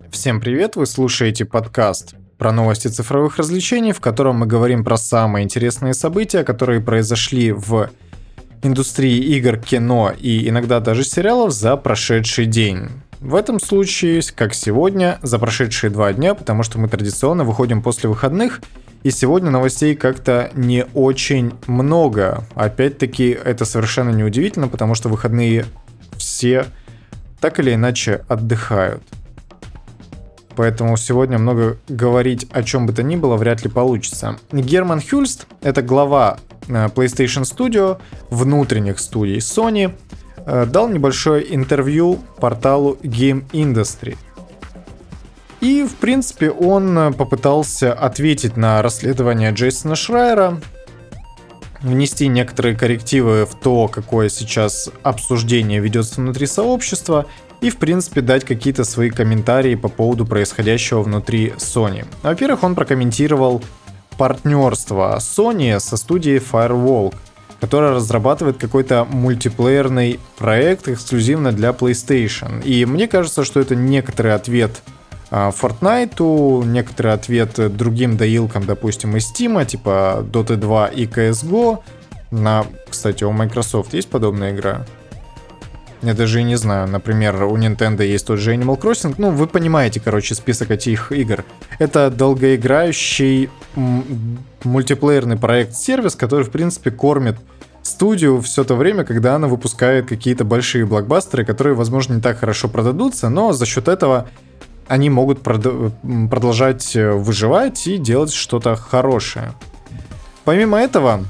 Всем привет, вы слушаете подкаст про новости цифровых развлечений, в котором мы говорим про самые интересные события, которые произошли в индустрии игр, кино и иногда даже сериалов за прошедший день. В этом случае, как сегодня, за прошедшие 2 дня, потому что мы традиционно выходим после выходных, и сегодня новостей как-то не очень много. Опять-таки, это совершенно неудивительно, потому что выходные все так или иначе отдыхают. Поэтому сегодня много говорить о чем бы то ни было вряд ли получится. Герман Хюльст, это глава PlayStation Studio, внутренних студий Sony, дал небольшое интервью порталу Game Industry. И, в принципе, он попытался ответить на расследование Джейсона Шрайера, внести некоторые коррективы в то, какое сейчас обсуждение ведется внутри сообщества, и, в принципе, дать какие-то свои комментарии по поводу происходящего внутри Sony. Во-первых, он прокомментировал партнерство Sony со студией Firewalk, которая разрабатывает какой-то мультиплеерный проект эксклюзивно для PlayStation. И мне кажется, что это некоторый ответ Fortnite, некоторый ответ другим доилкам, допустим, из Steam, типа Dota 2 и CSGO. Кстати, у Microsoft есть подобная игра? Я даже и не знаю. Например, у Nintendo есть тот же Animal Crossing. Ну, вы понимаете, короче, список этих игр. Это долгоиграющий мультиплеерный проект-сервис, который, в принципе, кормит студию все то время, когда она выпускает какие-то большие блокбастеры, которые, возможно, не так хорошо продадутся, но за счет этого они могут продолжать выживать и делать что-то хорошее. Помимо этого,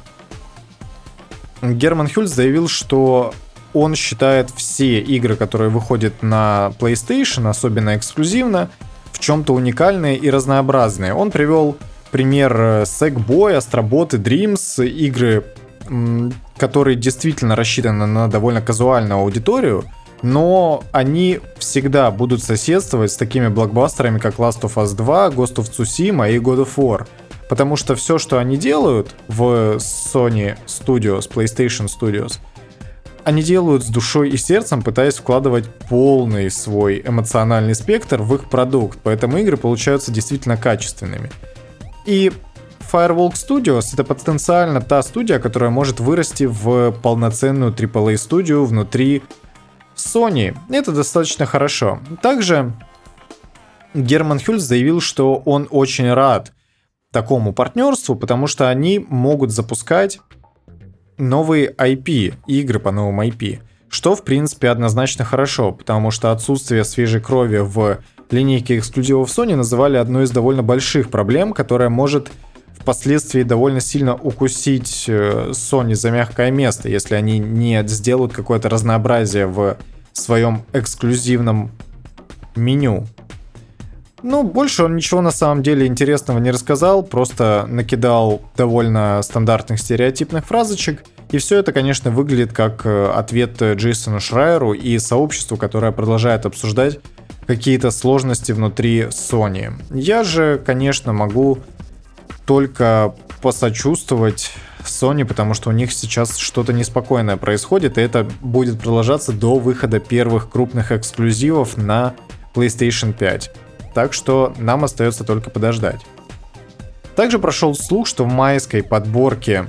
Герман Хюльст заявил, что он считает все игры, которые выходят на PlayStation, особенно эксклюзивно, в чем-то уникальные и разнообразные. Он привел пример Sackboy, Astrobot и Dreams, игры, которые действительно рассчитаны на довольно казуальную аудиторию, но они всегда будут соседствовать с такими блокбастерами, как Last of Us 2, Ghost of Tsushima и God of War. Потому что все, что они делают в Sony Studios, PlayStation Studios, они делают с душой и сердцем, пытаясь вкладывать полный свой эмоциональный спектр в их продукт, поэтому игры получаются действительно качественными. И Firewalk Studios — это потенциально та студия, которая может вырасти в полноценную AAA-студию внутри Sony. Это достаточно хорошо. Также Герман Хюльст заявил, что он очень рад такому партнерству, потому что они могут запускать новые IP, игры по новым IP, что, в принципе, однозначно хорошо, потому что отсутствие свежей крови в линейке эксклюзивов Sony называли одной из довольно больших проблем, которая может впоследствии довольно сильно укусить Sony за мягкое место, если они не сделают какое-то разнообразие в своем эксклюзивном меню. Ну, больше он ничего на самом деле интересного не рассказал, просто накидал довольно стандартных стереотипных фразочек, и все это, конечно, выглядит как ответ Джейсону Шрайеру и сообществу, которое продолжает обсуждать какие-то сложности внутри Sony. Я же, конечно, могу только посочувствовать Sony, потому что у них сейчас что-то неспокойное происходит, и это будет продолжаться до выхода первых крупных эксклюзивов на PlayStation 5. Так что нам остается только подождать. Также прошел слух, что в майской подборке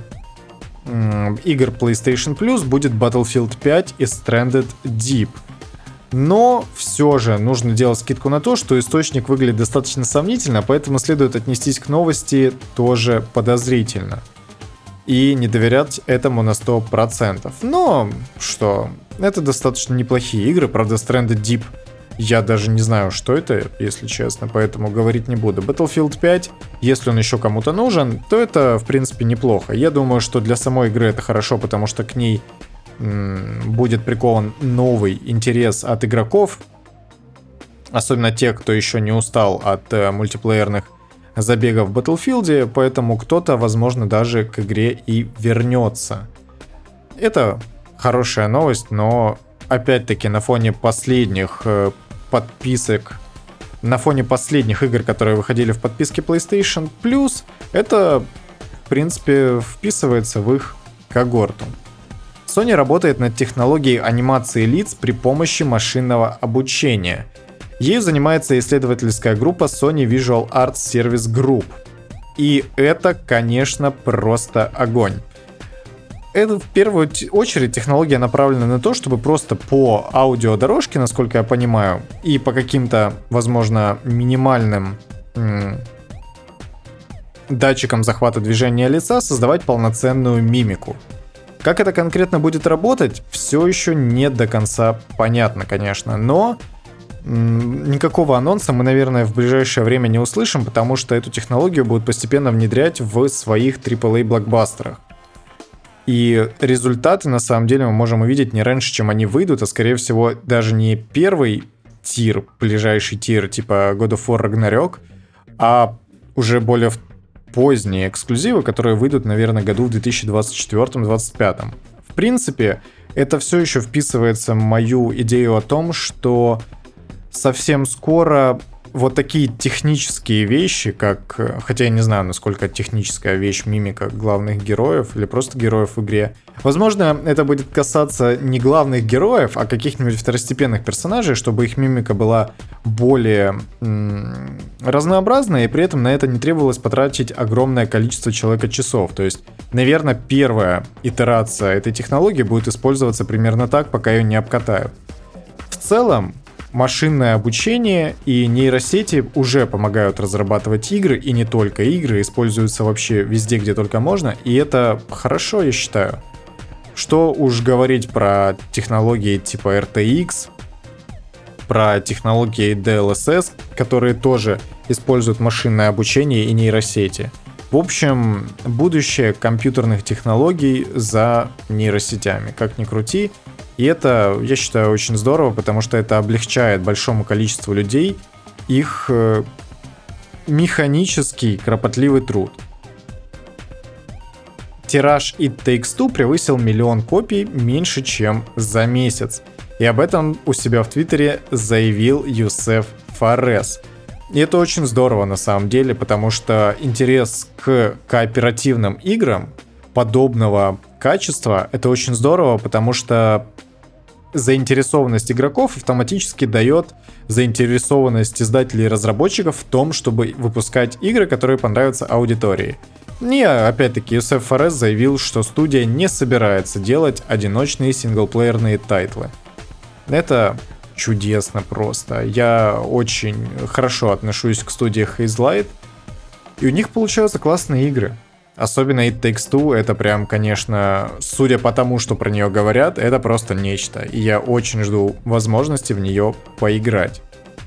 игр PlayStation Plus будет Battlefield 5 и Stranded Deep. Но все же нужно делать скидку на то, что источник выглядит достаточно сомнительно, поэтому следует отнестись к новости тоже подозрительно. И не доверять этому на 100%. Но что, это достаточно неплохие игры, правда Stranded Deep я даже не знаю, что это, если честно, поэтому говорить не буду. Battlefield 5, если он еще кому-то нужен, то это, в принципе, неплохо. Я думаю, что для самой игры это хорошо, потому что к ней будет прикован новый интерес от игроков, особенно тех, кто еще не устал от мультиплеерных забегов в Battlefield, поэтому кто-то, возможно, даже к игре и вернется. Это хорошая новость, но опять-таки на фоне последних подписок, на фоне последних игр, которые выходили в подписке PlayStation Plus, это, в принципе, вписывается в их когорту. Sony работает над технологией анимации лиц при помощи машинного обучения. Ею занимается исследовательская группа Sony Visual Arts Service Group. И это, конечно, просто огонь. Это в первую очередь технология направлена на то, чтобы просто по аудиодорожке, насколько я понимаю, и по каким-то, возможно, минимальным датчикам захвата движения лица создавать полноценную мимику. Как это конкретно будет работать, все еще не до конца понятно, конечно, но никакого анонса мы, наверное, в ближайшее время не услышим, потому что эту технологию будут постепенно внедрять в своих AAA-блокбастерах. И результаты, на самом деле, мы можем увидеть не раньше, чем они выйдут, а, скорее всего, даже не первый тир, ближайший тир, типа God of War Ragnarok, а уже более поздние эксклюзивы, которые выйдут, наверное, году в 2024-2025. В принципе, это все еще вписывается в мою идею о том, что совсем скоро вот такие технические вещи, как... Хотя я не знаю, насколько техническая вещь мимика главных героев или просто героев в игре. Возможно, это будет касаться не главных героев, а каких-нибудь второстепенных персонажей, чтобы их мимика была более разнообразная, и при этом на это не требовалось потратить огромное количество человека-часов. То есть, наверное, первая итерация этой технологии будет использоваться примерно так, пока ее не обкатают. В целом, машинное обучение и нейросети уже помогают разрабатывать игры, и не только игры, используются вообще везде, где только можно, и это хорошо, я считаю. Что уж говорить про технологии типа RTX, про технологии DLSS, которые тоже используют машинное обучение и нейросети. В общем, будущее компьютерных технологий за нейросетями, как ни крути. И это, я считаю, очень здорово, потому что это облегчает большому количеству людей их механический, кропотливый труд. Тираж It Takes Two превысил 1 миллион копий меньше, чем за месяц. И об этом у себя в Твиттере заявил Юсеф Фарес. И это очень здорово на самом деле, потому что интерес к кооперативным играм подобного качества — это очень здорово, потому что заинтересованность игроков автоматически дает заинтересованность издателей и разработчиков в том, чтобы выпускать игры, которые понравятся аудитории. И опять-таки Юсеф Фарес заявил, что студия не собирается делать одиночные синглплеерные тайтлы. Это чудесно просто. Я очень хорошо отношусь к студии Hazelight, и у них получаются классные игры. Особенно It Takes Two, это прям, конечно, судя по тому, что про нее говорят, это просто нечто. И я очень жду возможности в нее поиграть.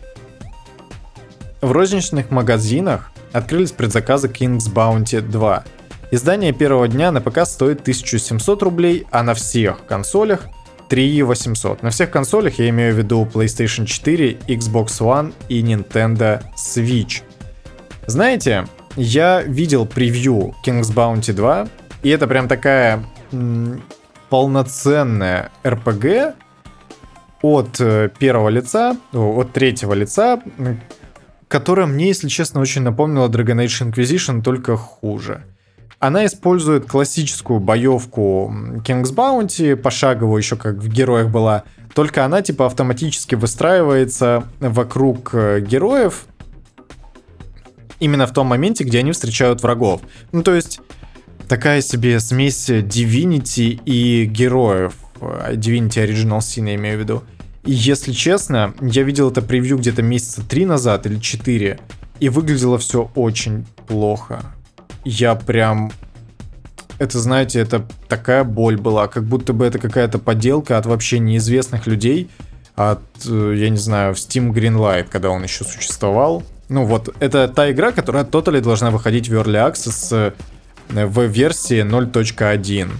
В розничных магазинах открылись предзаказы King's Bounty 2. Издание первого дня на ПК стоит 1700 рублей, а на всех консолях 3800. На всех консолях я имею в виду PlayStation 4, Xbox One и Nintendo Switch. Знаете, я видел превью King's Bounty 2, и это прям такая полноценная RPG от первого лица, от третьего лица, которая мне, если честно, очень напомнила Dragon Age Inquisition, только хуже. Она использует классическую боевку King's Bounty, пошаговую еще как в героях была, только она типа автоматически выстраивается вокруг героев, именно в том моменте, где они встречают врагов. Ну, то есть, такая себе смесь Divinity и героев. Divinity Original Sin, я имею в виду. И, если честно, я видел это превью где-то месяца 3 назад или 4, и выглядело все очень плохо. Я прям... Это, знаете, это такая боль была, как будто бы это какая-то подделка от вообще неизвестных людей, от, я не знаю, Steam Greenlight, когда он еще существовал. Ну вот, это та игра, которая totally должна выходить в Early Access в версии 0.1.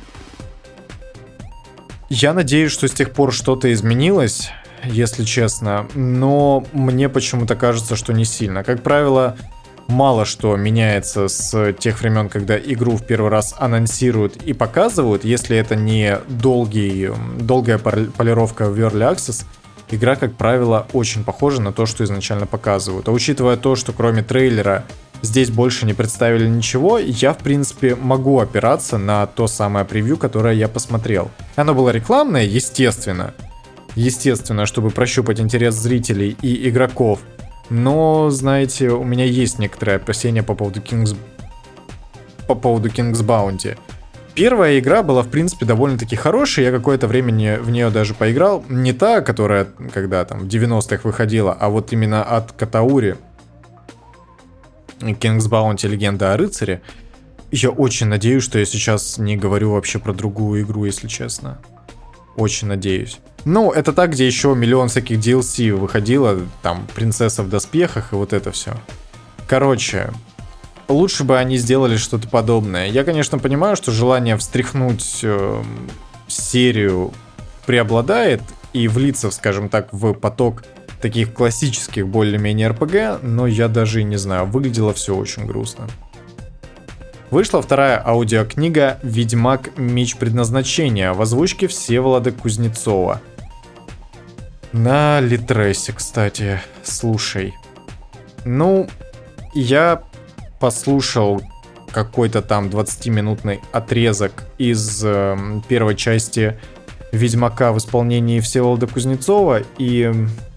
Я надеюсь, что с тех пор что-то изменилось, если честно, но мне почему-то кажется, что не сильно. Как правило, мало что меняется с тех времен, когда игру в первый раз анонсируют и показывают, если это не долгая полировка в Early Access. Игра, как правило, очень похожа на то, что изначально показывают. А учитывая то, что кроме трейлера здесь больше не представили ничего, я, в принципе, могу опираться на то самое превью, которое я посмотрел. Оно было рекламное, естественно. естественно, чтобы прощупать интерес зрителей и игроков. Но, знаете, у меня есть некоторые опасения по поводу King's Bounty. Первая игра была, в принципе, довольно-таки хорошей, я какое-то время в нее даже поиграл. Не та, которая, когда там в 90-х выходила, а вот именно от Катаури. King's Bounty, легенда о рыцаре. Я очень надеюсь, что я сейчас не говорю вообще про другую игру, если честно. Очень надеюсь. Ну, это так, где еще миллион всяких DLC выходило, там, принцесса в доспехах и вот это все. Короче, лучше бы они сделали что-то подобное. Я, конечно, понимаю, что желание встряхнуть серию преобладает и влиться, скажем так, в поток таких классических более-менее RPG, но я даже и не знаю, выглядело все очень грустно. Вышла вторая аудиокнига «Ведьмак. Меч предназначения» в озвучке Всеволода Кузнецова. На Литресе, кстати, слушай. Ну, я послушал какой-то там 20-минутный отрезок из первой части «Ведьмака» в исполнении Всеволода Кузнецова, и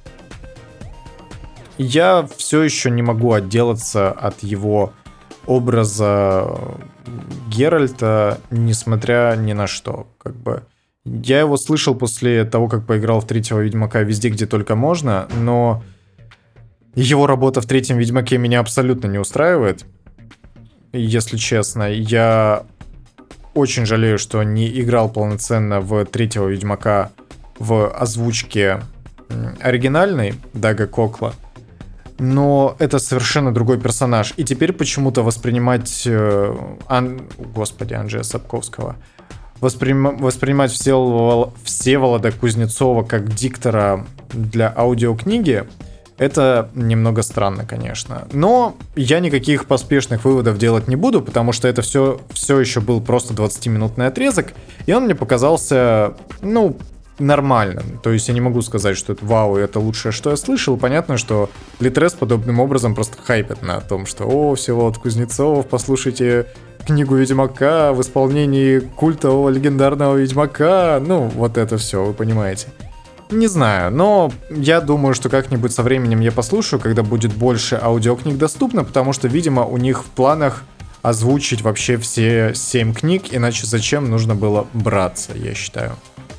я все еще не могу отделаться от его образа Геральта, несмотря ни на что. Как бы я его слышал после того, как поиграл в третьего Ведьмака везде, где только можно, но его работа в третьем Ведьмаке меня абсолютно не устраивает. Если честно, я очень жалею, что не играл полноценно в третьего Ведьмака в озвучке оригинальной Дага Кокла. Но это совершенно другой персонаж. И теперь почему-то воспринимать Анджея Сапковского, воспринимать Всеволода Кузнецова как диктора для аудиокниги, это немного странно, конечно. Но я никаких поспешных выводов делать не буду, потому что это все еще был просто 20-минутный отрезок, и он мне показался, нормальным. То есть я не могу сказать, что это вау, это лучшее, что я слышал. Понятно, что Литрес подобным образом просто хайпит на том, что Всеволод Кузнецов, послушайте книгу Ведьмака в исполнении культового легендарного Ведьмака. Вот это все, вы понимаете. Не знаю, но я думаю, что как-нибудь со временем я послушаю, когда будет больше аудиокниг доступно, потому что, видимо, у них в планах озвучить вообще все 7 книг, иначе зачем нужно было браться, я считаю.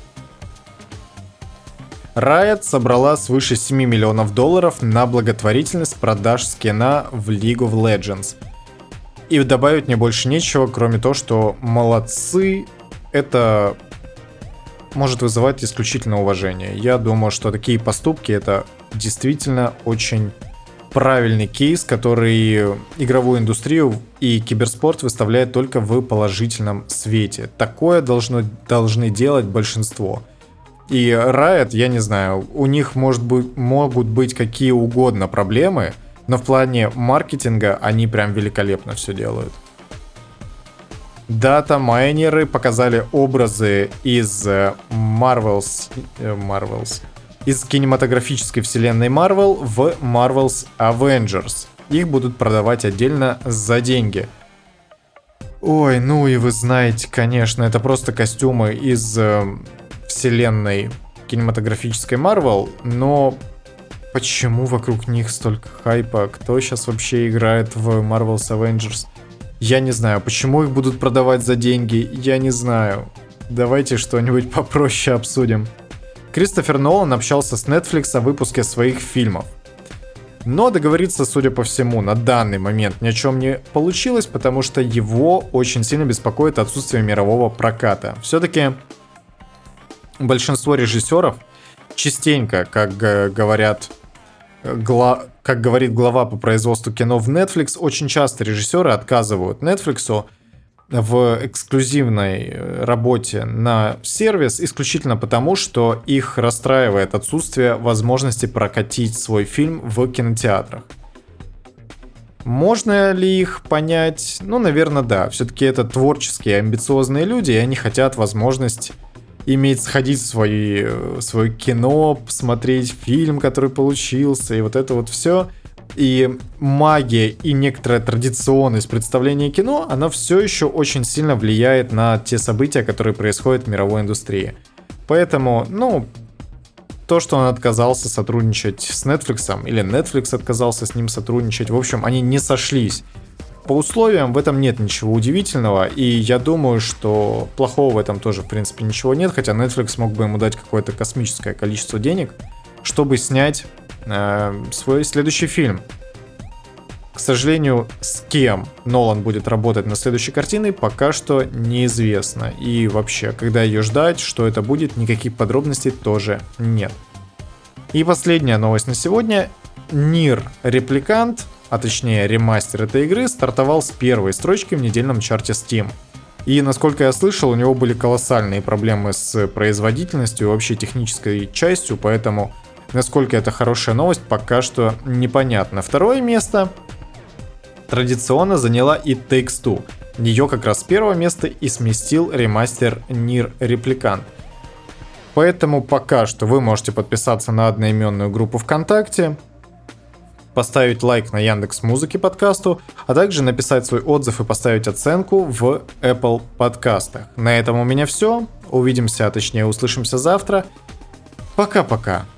Riot собрала свыше $7 миллионов на благотворительность продаж скина в League of Legends. И добавить мне больше нечего, кроме того, что молодцы, это может вызывать исключительно уважение. Я думаю, что такие поступки — это действительно очень правильный кейс, который игровую индустрию и киберспорт выставляет только в положительном свете. Такое должны делать большинство. И Riot, я не знаю, у них могут быть какие угодно проблемы, но в плане маркетинга они прям великолепно все делают. Дата-майнеры показали образы из Marvels, из кинематографической вселенной Marvel в Marvel's Avengers. Их будут продавать отдельно за деньги. Ой, и вы знаете, конечно, это просто костюмы из вселенной кинематографической Marvel, но почему вокруг них столько хайпа? Кто сейчас вообще играет в Marvel's Avengers? Я не знаю. Почему их будут продавать за деньги? Я не знаю. Давайте что-нибудь попроще обсудим. Кристофер Нолан общался с Netflix о выпуске своих фильмов. Но договориться, судя по всему, на данный момент ни о чем не получилось, потому что его очень сильно беспокоит отсутствие мирового проката. Все-таки большинство режиссеров частенько, как говорит глава по производству кино в Netflix, очень часто режиссеры отказывают Netflix в эксклюзивной работе на сервис исключительно потому, что их расстраивает отсутствие возможности прокатить свой фильм в кинотеатрах. Можно ли их понять? Наверное, да. Все-таки это творческие, амбициозные люди, и они хотят возможность сходить в свое кино, посмотреть фильм, который получился, и вот это вот все. И магия и некоторая традиционность представления кино, она все еще очень сильно влияет на те события, которые происходят в мировой индустрии. Поэтому, то, что он отказался сотрудничать с Netflix, или Netflix отказался с ним сотрудничать, в общем, они не сошлись. По условиям в этом нет ничего удивительного, и я думаю, что плохого в этом тоже, в принципе, ничего нет, хотя Netflix мог бы ему дать какое-то космическое количество денег, чтобы снять свой следующий фильм. К сожалению, с кем Нолан будет работать над следующей картиной, пока что неизвестно. И вообще, когда ее ждать, что это будет, никаких подробностей тоже нет. И последняя новость на сегодня. Нир Репликант, а точнее ремастер этой игры, стартовал с первой строчки в недельном чарте Steam. И, насколько я слышал, у него были колоссальные проблемы с производительностью и вообще технической частью, поэтому насколько это хорошая новость, пока что непонятно. Второе место традиционно заняла It Takes Two. Ее как раз с первого места и сместил ремастер Нир Репликант. Поэтому пока что вы можете подписаться на одноименную группу ВКонтакте, поставить лайк на Яндекс.Музыке подкасту, а также написать свой отзыв и поставить оценку в Apple подкастах. На этом у меня все. Увидимся, а точнее услышимся завтра. Пока-пока.